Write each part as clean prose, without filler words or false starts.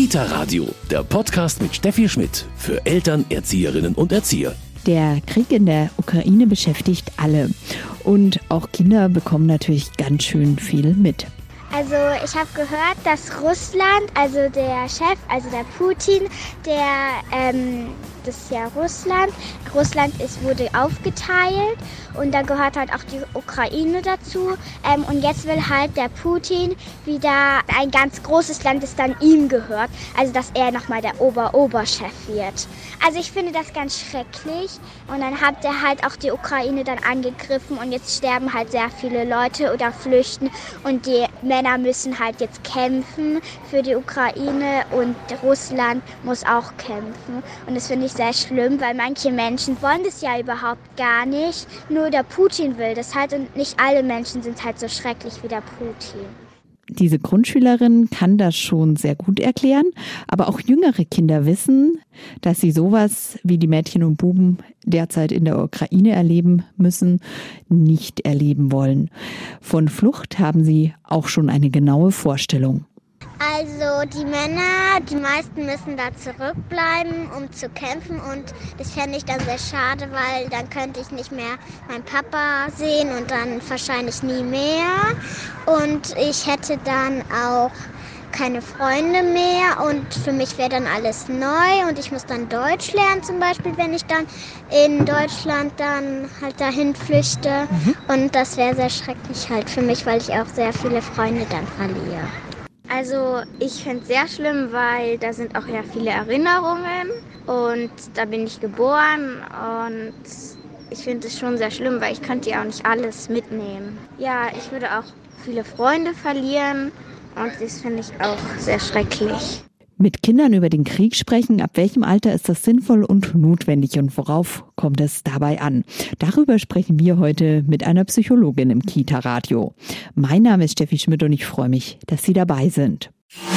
Kita-Radio, der Podcast mit Steffi Schmidt für Eltern, Erzieherinnen und Erzieher. Der Krieg in der Ukraine beschäftigt alle und auch Kinder bekommen natürlich ganz schön viel mit. Also ich habe gehört, dass Russland, also der Chef, also der Putin, das ist ja Russland. Russland wurde aufgeteilt und da gehört halt auch die Ukraine dazu. Und jetzt will halt der Putin wieder ein ganz großes Land, das dann ihm gehört. Also dass er nochmal der Oberchef wird. Also ich finde das ganz schrecklich. Und dann hat er halt auch die Ukraine dann angegriffen und jetzt sterben halt sehr viele Leute oder flüchten. Und die Männer müssen halt jetzt kämpfen für die Ukraine und Russland muss auch kämpfen. Und das finde ich sehr schlimm, weil manche Menschen wollen das ja überhaupt gar nicht. Nur der Putin will das halt und nicht alle Menschen sind halt so schrecklich wie der Putin. Diese Grundschülerin kann das schon sehr gut erklären, aber auch jüngere Kinder wissen, dass sie sowas, wie die Mädchen und Buben derzeit in der Ukraine erleben müssen, nicht erleben wollen. Von Flucht haben sie auch schon eine genaue Vorstellung. Also die Männer, die meisten müssen da zurückbleiben, um zu kämpfen und das fände ich dann sehr schade, weil dann könnte ich nicht mehr meinen Papa sehen und dann wahrscheinlich nie mehr und ich hätte dann auch keine Freunde mehr und für mich wäre dann alles neu und ich muss dann Deutsch lernen zum Beispiel, wenn ich dann in Deutschland dann halt dahin flüchte und das wäre sehr schrecklich halt für mich, weil ich auch sehr viele Freunde dann verliere. Also ich fände es sehr schlimm, weil da sind auch ja viele Erinnerungen und da bin ich geboren und ich finde es schon sehr schlimm, weil ich könnte ja auch nicht alles mitnehmen. Ja, ich würde auch viele Freunde verlieren und das finde ich auch sehr schrecklich. Mit Kindern über den Krieg sprechen, ab welchem Alter ist das sinnvoll und notwendig und worauf kommt es dabei an? Darüber sprechen wir heute mit einer Psychologin im Kita-Radio. Mein Name ist Steffi Schmidt und ich freue mich, dass Sie dabei sind.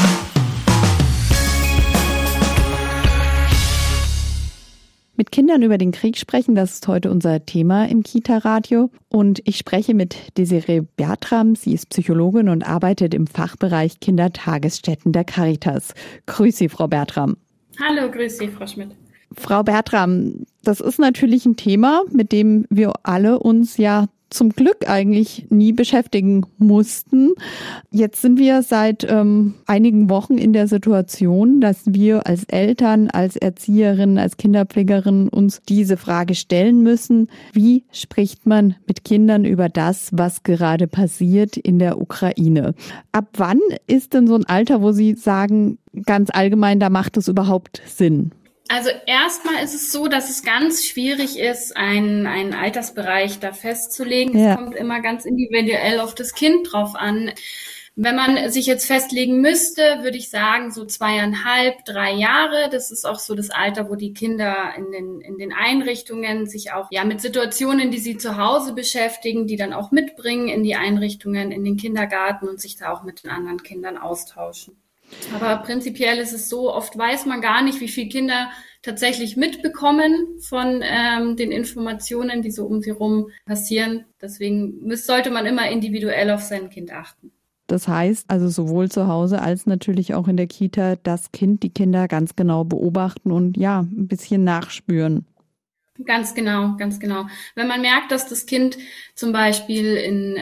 Mit Kindern über den Krieg sprechen, das ist heute unser Thema im Kita-Radio. Und ich spreche mit Desiree Bertram. Sie ist Psychologin und arbeitet im Fachbereich Kindertagesstätten der Caritas. Grüß Sie, Frau Bertram. Hallo, grüß Sie, Frau Schmidt. Frau Bertram, das ist natürlich ein Thema, mit dem wir alle uns ja zum Glück eigentlich nie beschäftigen mussten. Jetzt sind wir seit einigen Wochen in der Situation, dass wir als Eltern, als Erzieherinnen, als Kinderpflegerinnen uns diese Frage stellen müssen. Wie spricht man mit Kindern über das, was gerade passiert in der Ukraine? Ab wann ist denn so ein Alter, wo Sie sagen, ganz allgemein, da macht es überhaupt Sinn? Also erstmal ist es so, dass es ganz schwierig ist, einen Altersbereich da festzulegen. Es kommt immer ganz individuell auf das Kind drauf an. Wenn man sich jetzt festlegen müsste, würde ich sagen, so 2,5, 3 Jahre. Das ist auch so das Alter, wo die Kinder in den Einrichtungen sich auch mit Situationen, die sie zu Hause beschäftigen, die dann auch mitbringen in die Einrichtungen, in den Kindergarten und sich da auch mit den anderen Kindern austauschen. Aber prinzipiell ist es so, oft weiß man gar nicht, wie viele Kinder tatsächlich mitbekommen von den Informationen, die so um sie rum passieren. Deswegen sollte man immer individuell auf sein Kind achten. Das heißt also sowohl zu Hause als natürlich auch in der Kita das Kind, die Kinder ganz genau beobachten und ein bisschen nachspüren. Ganz genau, ganz genau. Wenn man merkt, dass das Kind zum Beispiel in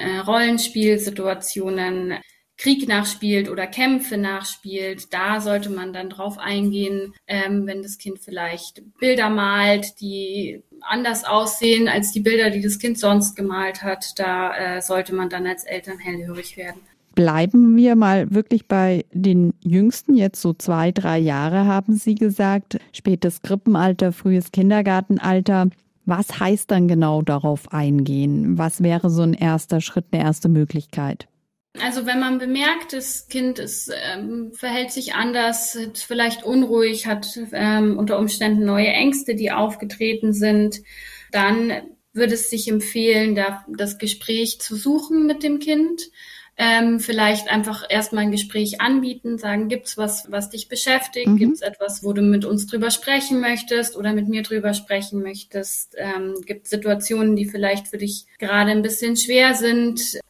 Rollenspielsituationen Krieg nachspielt oder Kämpfe nachspielt, da sollte man dann drauf eingehen, wenn das Kind vielleicht Bilder malt, die anders aussehen als die Bilder, die das Kind sonst gemalt hat. Da sollte man dann als Eltern hellhörig werden. Bleiben wir mal wirklich bei den Jüngsten, jetzt so 2, 3 Jahre haben Sie gesagt, spätes Krippenalter, frühes Kindergartenalter. Was heißt dann genau darauf eingehen? Was wäre so ein erster Schritt, eine erste Möglichkeit? Also wenn man bemerkt, das Kind verhält sich anders, ist vielleicht unruhig, hat unter Umständen neue Ängste, die aufgetreten sind, dann würde es sich empfehlen, das Gespräch zu suchen mit dem Kind. Vielleicht einfach erstmal ein Gespräch anbieten, sagen, gibt's was dich beschäftigt? Gibt's etwas, wo du mit uns drüber sprechen möchtest oder mit mir drüber sprechen möchtest? Gibt's Situationen, die vielleicht für dich gerade ein bisschen schwer sind?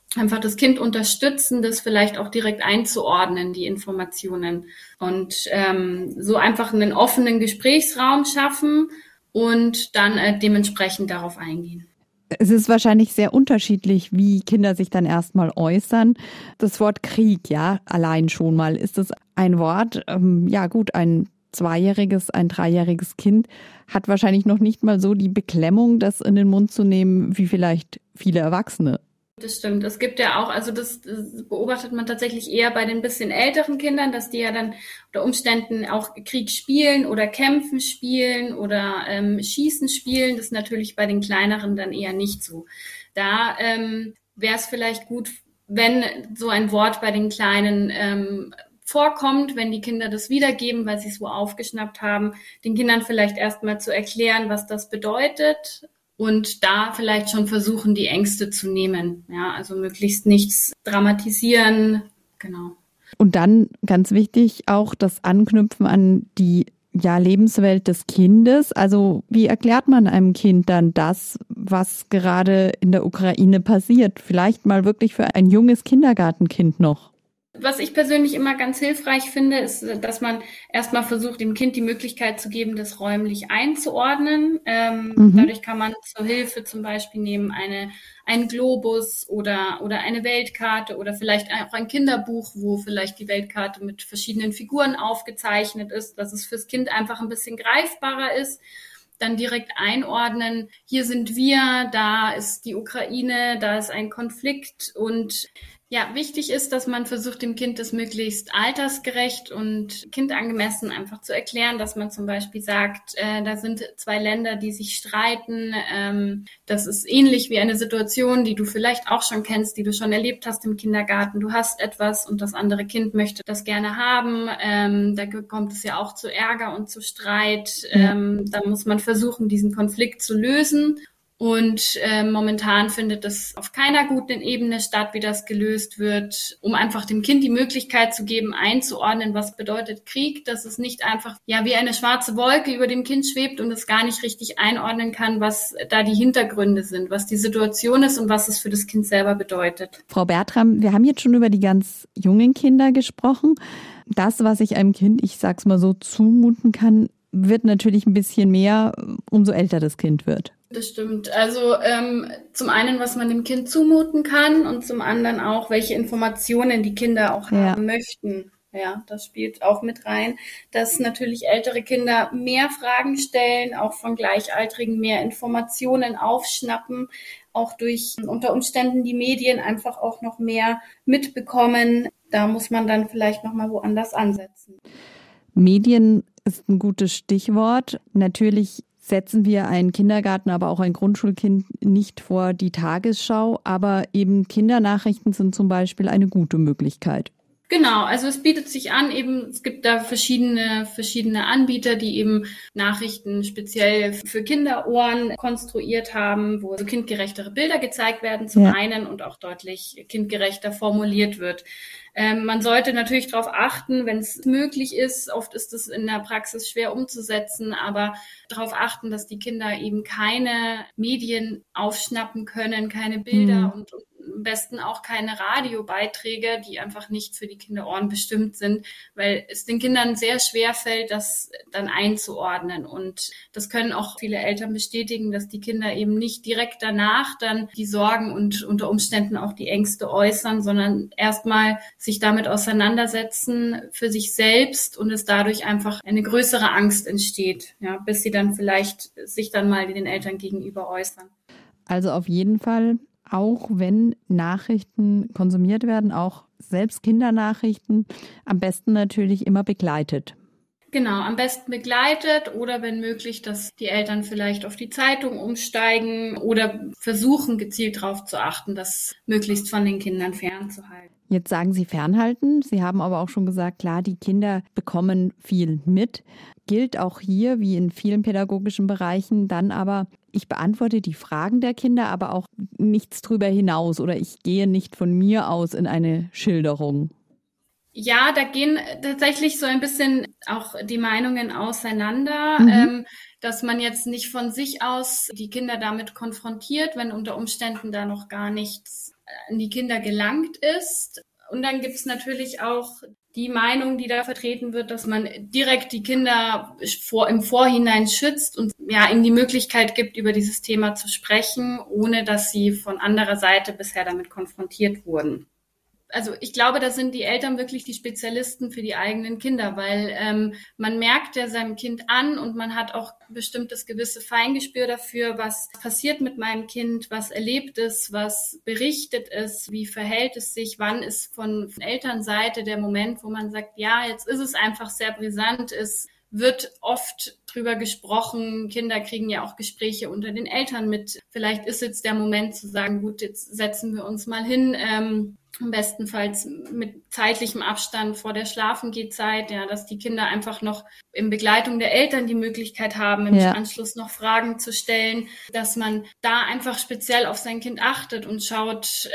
einfach das Kind unterstützen, das vielleicht auch direkt einzuordnen, die Informationen. Und so einfach einen offenen Gesprächsraum schaffen und dann dementsprechend darauf eingehen. Es ist wahrscheinlich sehr unterschiedlich, wie Kinder sich dann erstmal äußern. Das Wort Krieg, ja, allein schon mal. Ist das ein Wort, ja gut, ein 2-jähriges, ein 3-jähriges Kind hat wahrscheinlich noch nicht mal so die Beklemmung, das in den Mund zu nehmen, wie vielleicht viele Erwachsene. Das stimmt. Es gibt ja auch, also das beobachtet man tatsächlich eher bei den bisschen älteren Kindern, dass die ja dann unter Umständen auch Krieg spielen oder Kämpfen spielen oder Schießen spielen. Das ist natürlich bei den kleineren dann eher nicht so. Da wäre es vielleicht gut, wenn so ein Wort bei den Kleinen vorkommt, wenn die Kinder das wiedergeben, weil sie es so aufgeschnappt haben, den Kindern vielleicht erstmal zu erklären, was das bedeutet. Und da vielleicht schon versuchen, die Ängste zu nehmen. Ja, also möglichst nichts dramatisieren. Genau. Und dann ganz wichtig auch das Anknüpfen an die Lebenswelt des Kindes. Also wie erklärt man einem Kind dann das, was gerade in der Ukraine passiert? Vielleicht mal wirklich für ein junges Kindergartenkind noch. Was ich persönlich immer ganz hilfreich finde, ist, dass man erstmal versucht, dem Kind die Möglichkeit zu geben, das räumlich einzuordnen. Dadurch kann man zur Hilfe zum Beispiel nehmen einen Globus oder eine Weltkarte oder vielleicht auch ein Kinderbuch, wo vielleicht die Weltkarte mit verschiedenen Figuren aufgezeichnet ist, dass es fürs Kind einfach ein bisschen greifbarer ist. Dann direkt einordnen, hier sind wir, da ist die Ukraine, da ist ein Konflikt und ja, wichtig ist, dass man versucht, dem Kind das möglichst altersgerecht und kindangemessen einfach zu erklären, dass man zum Beispiel sagt, da sind 2 Länder, die sich streiten. Das ist ähnlich wie eine Situation, die du vielleicht auch schon kennst, die du schon erlebt hast im Kindergarten. Du hast etwas und das andere Kind möchte das gerne haben. Da kommt es ja auch zu Ärger und zu Streit. Da muss man versuchen, diesen Konflikt zu lösen. Und momentan findet das auf keiner guten Ebene statt, wie das gelöst wird, um einfach dem Kind die Möglichkeit zu geben, einzuordnen, was bedeutet Krieg, dass es nicht einfach wie eine schwarze Wolke über dem Kind schwebt und es gar nicht richtig einordnen kann, was da die Hintergründe sind, was die Situation ist und was es für das Kind selber bedeutet. Frau Bertram, wir haben jetzt schon über die ganz jungen Kinder gesprochen. Das, was ich einem Kind, ich sag's mal so, zumuten kann, wird natürlich ein bisschen mehr, umso älter das Kind wird. Das stimmt. Also zum einen, was man dem Kind zumuten kann und zum anderen auch, welche Informationen die Kinder auch haben möchten. Ja, das spielt auch mit rein, dass natürlich ältere Kinder mehr Fragen stellen, auch von Gleichaltrigen mehr Informationen aufschnappen, auch durch unter Umständen die Medien einfach auch noch mehr mitbekommen. Da muss man dann vielleicht nochmal woanders ansetzen. Medien ist ein gutes Stichwort. Natürlich setzen wir einen Kindergarten, aber auch ein Grundschulkind nicht vor die Tagesschau, aber eben Kindernachrichten sind zum Beispiel eine gute Möglichkeit. Genau, also es bietet sich an, es gibt da verschiedene Anbieter, die eben Nachrichten speziell für Kinderohren konstruiert haben, wo so kindgerechtere Bilder gezeigt werden zum einen und auch deutlich kindgerechter formuliert wird. Man sollte natürlich darauf achten, wenn es möglich ist. Oft ist es in der Praxis schwer umzusetzen, aber darauf achten, dass die Kinder eben keine Medien aufschnappen können, keine Bilder und am besten auch keine Radiobeiträge, die einfach nicht für die Kinderohren bestimmt sind, weil es den Kindern sehr schwer fällt, das dann einzuordnen. Und das können auch viele Eltern bestätigen, dass die Kinder eben nicht direkt danach dann die Sorgen und unter Umständen auch die Ängste äußern, sondern erstmal sich damit auseinandersetzen für sich selbst und es dadurch einfach eine größere Angst entsteht, bis sie dann vielleicht sich dann mal den Eltern gegenüber äußern. Also auf jeden Fall, auch wenn Nachrichten konsumiert werden, auch selbst Kindernachrichten, am besten natürlich immer begleitet. Genau, am besten begleitet oder wenn möglich, dass die Eltern vielleicht auf die Zeitung umsteigen oder versuchen gezielt darauf zu achten, das möglichst von den Kindern fernzuhalten. Jetzt sagen Sie fernhalten. Sie haben aber auch schon gesagt, klar, die Kinder bekommen viel mit. Gilt auch hier, wie in vielen pädagogischen Bereichen, dann aber, ich beantworte die Fragen der Kinder, aber auch nichts drüber hinaus oder ich gehe nicht von mir aus in eine Schilderung. Ja, da gehen tatsächlich so ein bisschen auch die Meinungen auseinander, dass man jetzt nicht von sich aus die Kinder damit konfrontiert, wenn unter Umständen da noch gar nichts an die Kinder gelangt ist. Und dann gibt es natürlich auch die Meinung, die da vertreten wird, dass man direkt die Kinder im Vorhinein schützt und ja ihnen die Möglichkeit gibt, über dieses Thema zu sprechen, ohne dass sie von anderer Seite bisher damit konfrontiert wurden. Also ich glaube, da sind die Eltern wirklich die Spezialisten für die eigenen Kinder, weil man merkt ja seinem Kind an und man hat auch bestimmtes gewisse Feingespür dafür, was passiert mit meinem Kind, was erlebt es, was berichtet es, wie verhält es sich, wann ist von Elternseite der Moment, wo man sagt, ja, jetzt ist es einfach sehr brisant, es wird oft drüber gesprochen. Kinder kriegen ja auch Gespräche unter den Eltern mit. Vielleicht ist jetzt der Moment zu sagen, gut, jetzt setzen wir uns mal hin, am bestenfalls mit zeitlichem Abstand vor der Schlafengehzeit, ja, dass die Kinder einfach noch in Begleitung der Eltern die Möglichkeit haben, im Anschluss noch Fragen zu stellen, dass man da einfach speziell auf sein Kind achtet und schaut,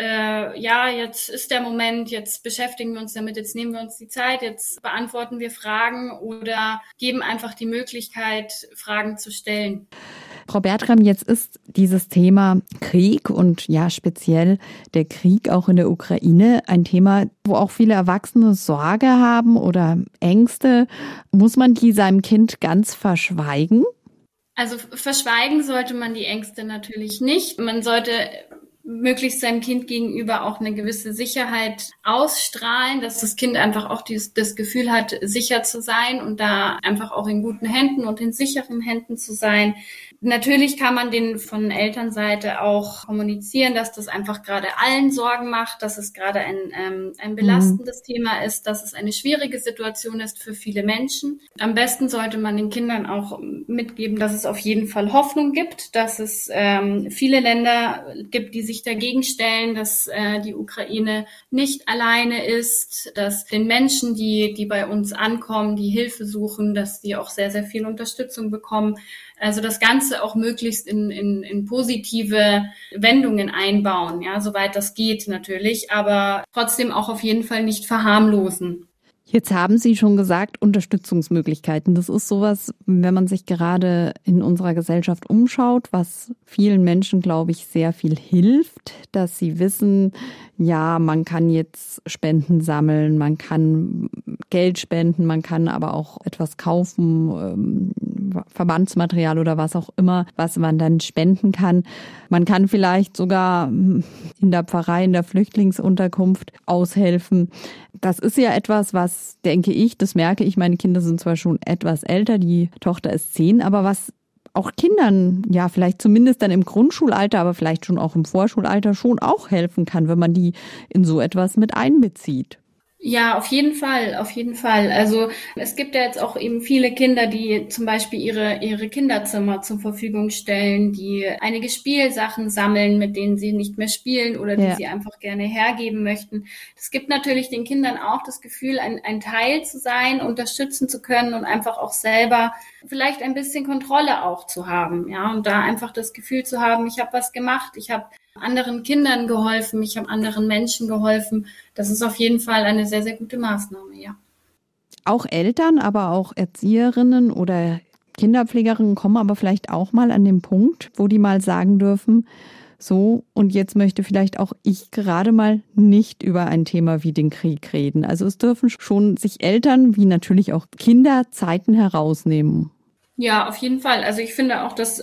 jetzt ist der Moment, jetzt beschäftigen wir uns damit, jetzt nehmen wir uns die Zeit, jetzt beantworten wir Fragen oder geben einfach die Möglichkeit, Fragen zu stellen. Frau Bertram, jetzt ist dieses Thema Krieg und ja speziell der Krieg auch in der Ukraine ein Thema, wo auch viele Erwachsene Sorge haben oder Ängste. Muss man die seinem Kind ganz verschweigen? Also verschweigen sollte man die Ängste natürlich nicht. Man sollte möglichst seinem Kind gegenüber auch eine gewisse Sicherheit ausstrahlen, dass das Kind einfach auch das Gefühl hat, sicher zu sein und da einfach auch in guten Händen und in sicheren Händen zu sein. Natürlich kann man den von Elternseite auch kommunizieren, dass das einfach gerade allen Sorgen macht, dass es gerade ein belastendes Thema ist, dass es eine schwierige Situation ist für viele Menschen. Am besten sollte man den Kindern auch mitgeben, dass es auf jeden Fall Hoffnung gibt, dass es viele Länder gibt, die sich dagegen stellen, dass die Ukraine nicht alleine ist, dass den Menschen, die bei uns ankommen, die Hilfe suchen, dass die auch sehr, sehr viel Unterstützung bekommen. Also das Ganze auch möglichst in positive Wendungen einbauen, ja, soweit das geht natürlich, aber trotzdem auch auf jeden Fall nicht verharmlosen. Jetzt haben Sie schon gesagt, Unterstützungsmöglichkeiten. Das ist sowas, wenn man sich gerade in unserer Gesellschaft umschaut, was vielen Menschen, glaube ich, sehr viel hilft, dass sie wissen, ja, man kann jetzt Spenden sammeln, man kann Geld spenden, man kann aber auch etwas kaufen, Verbandsmaterial oder was auch immer, was man dann spenden kann. Man kann vielleicht sogar in der Pfarrei, in der Flüchtlingsunterkunft aushelfen. Das ist ja etwas, was, denke ich, das merke ich, meine Kinder sind zwar schon etwas älter, die Tochter ist 10, aber was auch Kindern, ja, vielleicht zumindest dann im Grundschulalter, aber vielleicht schon auch im Vorschulalter schon auch helfen kann, wenn man die in so etwas mit einbezieht. Ja, auf jeden Fall, auf jeden Fall. Also es gibt ja jetzt auch eben viele Kinder, die zum Beispiel ihre Kinderzimmer zur Verfügung stellen, die einige Spielsachen sammeln, mit denen sie nicht mehr spielen oder die sie einfach gerne hergeben möchten. Das gibt natürlich den Kindern auch das Gefühl, ein Teil zu sein, unterstützen zu können und einfach auch selber vielleicht ein bisschen Kontrolle auch zu haben, ja, und da einfach das Gefühl zu haben, ich habe was gemacht, ich habe anderen Kindern geholfen, ich habe anderen Menschen geholfen. Das ist auf jeden Fall eine sehr, sehr gute Maßnahme, ja. Auch Eltern, aber auch Erzieherinnen oder Kinderpflegerinnen kommen aber vielleicht auch mal an den Punkt, wo die mal sagen dürfen, so, und jetzt möchte vielleicht auch ich gerade mal nicht über ein Thema wie den Krieg reden. Also es dürfen schon sich Eltern wie natürlich auch Kinder Zeiten herausnehmen. Ja, auf jeden Fall. Also ich finde auch, dass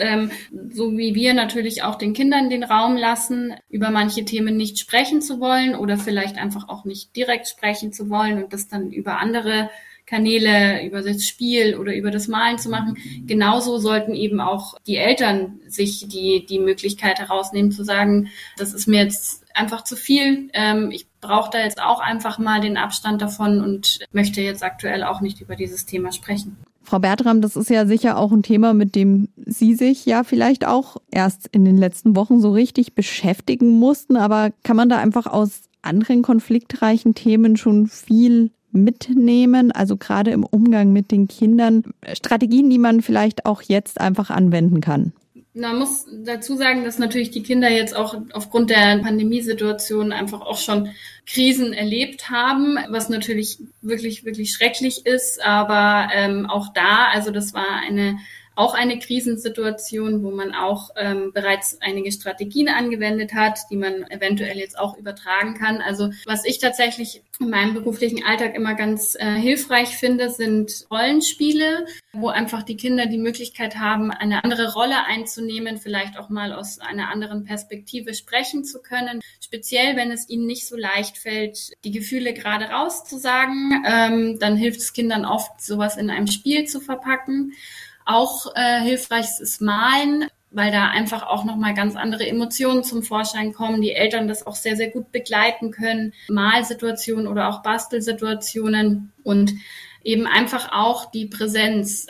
so wie wir natürlich auch den Kindern den Raum lassen, über manche Themen nicht sprechen zu wollen oder vielleicht einfach auch nicht direkt sprechen zu wollen und das dann über andere Kanäle, über das Spiel oder über das Malen zu machen. Genauso sollten eben auch die Eltern sich die Möglichkeit herausnehmen zu sagen, das ist mir jetzt einfach zu viel. Ich brauche da jetzt auch einfach mal den Abstand davon und möchte jetzt aktuell auch nicht über dieses Thema sprechen. Frau Bertram, das ist ja sicher auch ein Thema, mit dem Sie sich ja vielleicht auch erst in den letzten Wochen so richtig beschäftigen mussten. Aber kann man da einfach aus anderen konfliktreichen Themen schon viel mitnehmen? Also gerade im Umgang mit den Kindern, Strategien, die man vielleicht auch jetzt einfach anwenden kann? Man muss dazu sagen, dass natürlich die Kinder jetzt auch aufgrund der Pandemiesituation einfach auch schon Krisen erlebt haben, was natürlich wirklich, wirklich schrecklich ist. Aber auch da, also das war eine auch eine Krisensituation, wo man auch bereits einige Strategien angewendet hat, die man eventuell jetzt auch übertragen kann. Also was ich tatsächlich in meinem beruflichen Alltag immer ganz hilfreich finde, sind Rollenspiele, wo einfach die Kinder die Möglichkeit haben, eine andere Rolle einzunehmen, vielleicht auch mal aus einer anderen Perspektive sprechen zu können. Speziell, wenn es ihnen nicht so leicht fällt, die Gefühle gerade rauszusagen, dann hilft es Kindern oft, sowas in einem Spiel zu verpacken. Auch hilfreich ist Malen, weil da einfach auch nochmal ganz andere Emotionen zum Vorschein kommen, die Eltern das auch sehr, sehr gut begleiten können. Malsituationen oder auch Bastelsituationen und eben einfach auch die Präsenz,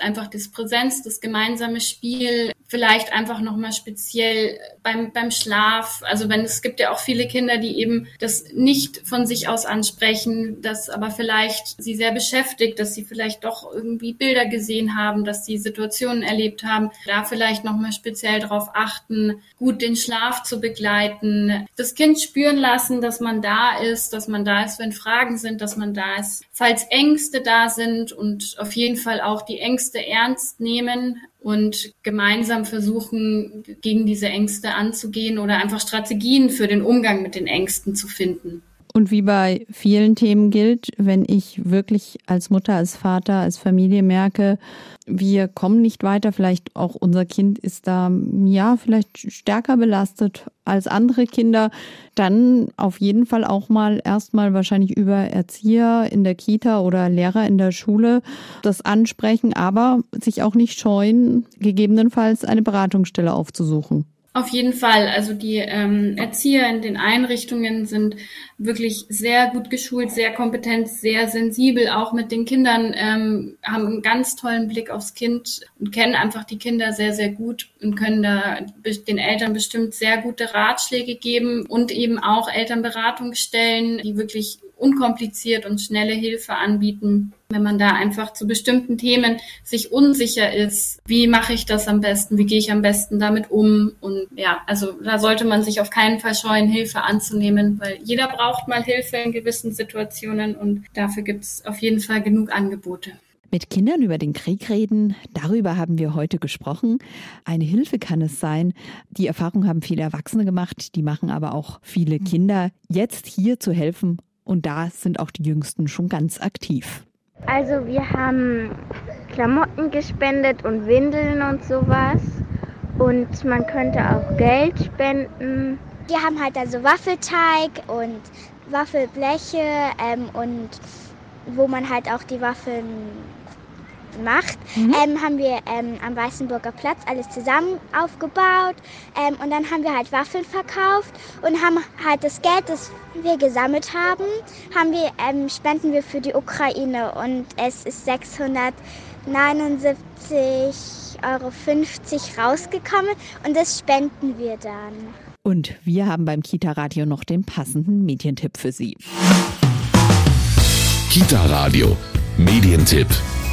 das gemeinsame Spiel, vielleicht einfach nochmal speziell beim Schlaf. Also es gibt ja auch viele Kinder, die eben das nicht von sich aus ansprechen, das aber vielleicht sie sehr beschäftigt, dass sie vielleicht doch irgendwie Bilder gesehen haben, dass sie Situationen erlebt haben. Da vielleicht nochmal speziell darauf achten, gut den Schlaf zu begleiten, das Kind spüren lassen, dass man da ist, wenn Fragen sind, dass man da ist, falls Ängste da sind und auf jeden Fall auch die Ängste ernst nehmen und gemeinsam versuchen, gegen diese Ängste anzugehen oder einfach Strategien für den Umgang mit den Ängsten zu finden. Und wie bei vielen Themen gilt, wenn ich wirklich als Mutter, als Vater, als Familie merke, wir kommen nicht weiter, vielleicht auch unser Kind ist da vielleicht stärker belastet als andere Kinder, dann auf jeden Fall auch mal erstmal wahrscheinlich über Erzieher in der Kita oder Lehrer in der Schule das ansprechen, aber sich auch nicht scheuen, gegebenenfalls eine Beratungsstelle aufzusuchen. Auf jeden Fall. Also die Erzieher in den Einrichtungen sind wirklich sehr gut geschult, sehr kompetent, sehr sensibel, auch mit den Kindern, haben einen ganz tollen Blick aufs Kind und kennen einfach die Kinder sehr, sehr gut und können da den Eltern bestimmt sehr gute Ratschläge geben und eben auch Elternberatungsstellen, die wirklich unkompliziert und schnelle Hilfe anbieten. Wenn man da einfach zu bestimmten Themen sich unsicher ist, wie mache ich das am besten, wie gehe ich am besten damit um? Und also da sollte man sich auf keinen Fall scheuen, Hilfe anzunehmen, weil jeder braucht mal Hilfe in gewissen Situationen und dafür gibt es auf jeden Fall genug Angebote. Mit Kindern über den Krieg reden, darüber haben wir heute gesprochen. Eine Hilfe kann es sein. Die Erfahrung haben viele Erwachsene gemacht, die machen aber auch viele Kinder, jetzt hier zu helfen. Und da sind auch die Jüngsten schon ganz aktiv. Also wir haben Klamotten gespendet und Windeln und sowas. Und man könnte auch Geld spenden. Wir haben halt also Waffelteig und Waffelbleche und wo man halt auch die Waffeln macht, haben wir am Weißenburger Platz alles zusammen aufgebaut und dann haben wir halt Waffeln verkauft und haben halt das Geld, das wir gesammelt haben, spenden wir für die Ukraine und es ist 679,50 € rausgekommen und das spenden wir dann. Und wir haben beim Kita-Radio noch den passenden Medientipp für Sie. Kita-Radio, Medientipp.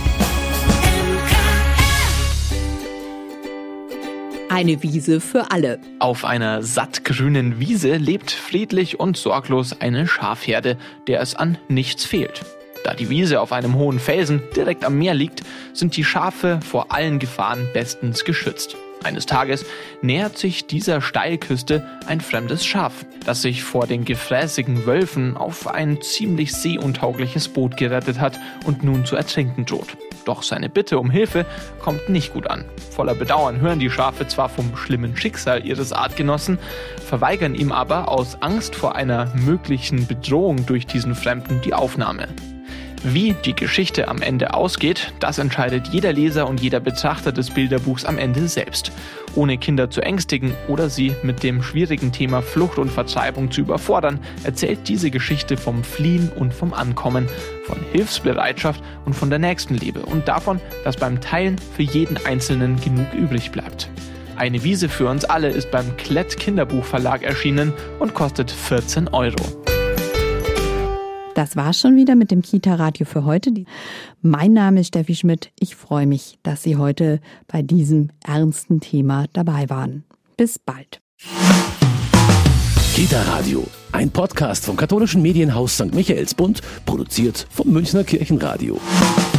Eine Wiese für alle. Auf einer sattgrünen Wiese lebt friedlich und sorglos eine Schafherde, der es an nichts fehlt. Da die Wiese auf einem hohen Felsen direkt am Meer liegt, sind die Schafe vor allen Gefahren bestens geschützt. Eines Tages nähert sich dieser Steilküste ein fremdes Schaf, das sich vor den gefräßigen Wölfen auf ein ziemlich seeuntaugliches Boot gerettet hat und nun zu ertrinken droht. Doch seine Bitte um Hilfe kommt nicht gut an. Voller Bedauern hören die Schafe zwar vom schlimmen Schicksal ihres Artgenossen, verweigern ihm aber aus Angst vor einer möglichen Bedrohung durch diesen Fremden die Aufnahme. Wie die Geschichte am Ende ausgeht, das entscheidet jeder Leser und jeder Betrachter des Bilderbuchs am Ende selbst. Ohne Kinder zu ängstigen oder sie mit dem schwierigen Thema Flucht und Vertreibung zu überfordern, erzählt diese Geschichte vom Fliehen und vom Ankommen, von Hilfsbereitschaft und von der Nächstenliebe und davon, dass beim Teilen für jeden Einzelnen genug übrig bleibt. Eine Wiese für uns alle ist beim Klett Kinderbuchverlag erschienen und kostet 14 €. Das war's schon wieder mit dem Kita-Radio für heute. Mein Name ist Steffi Schmidt. Ich freue mich, dass Sie heute bei diesem ernsten Thema dabei waren. Bis bald. Kita-Radio, ein Podcast vom katholischen Medienhaus St. Michaelsbund, produziert vom Münchner Kirchenradio.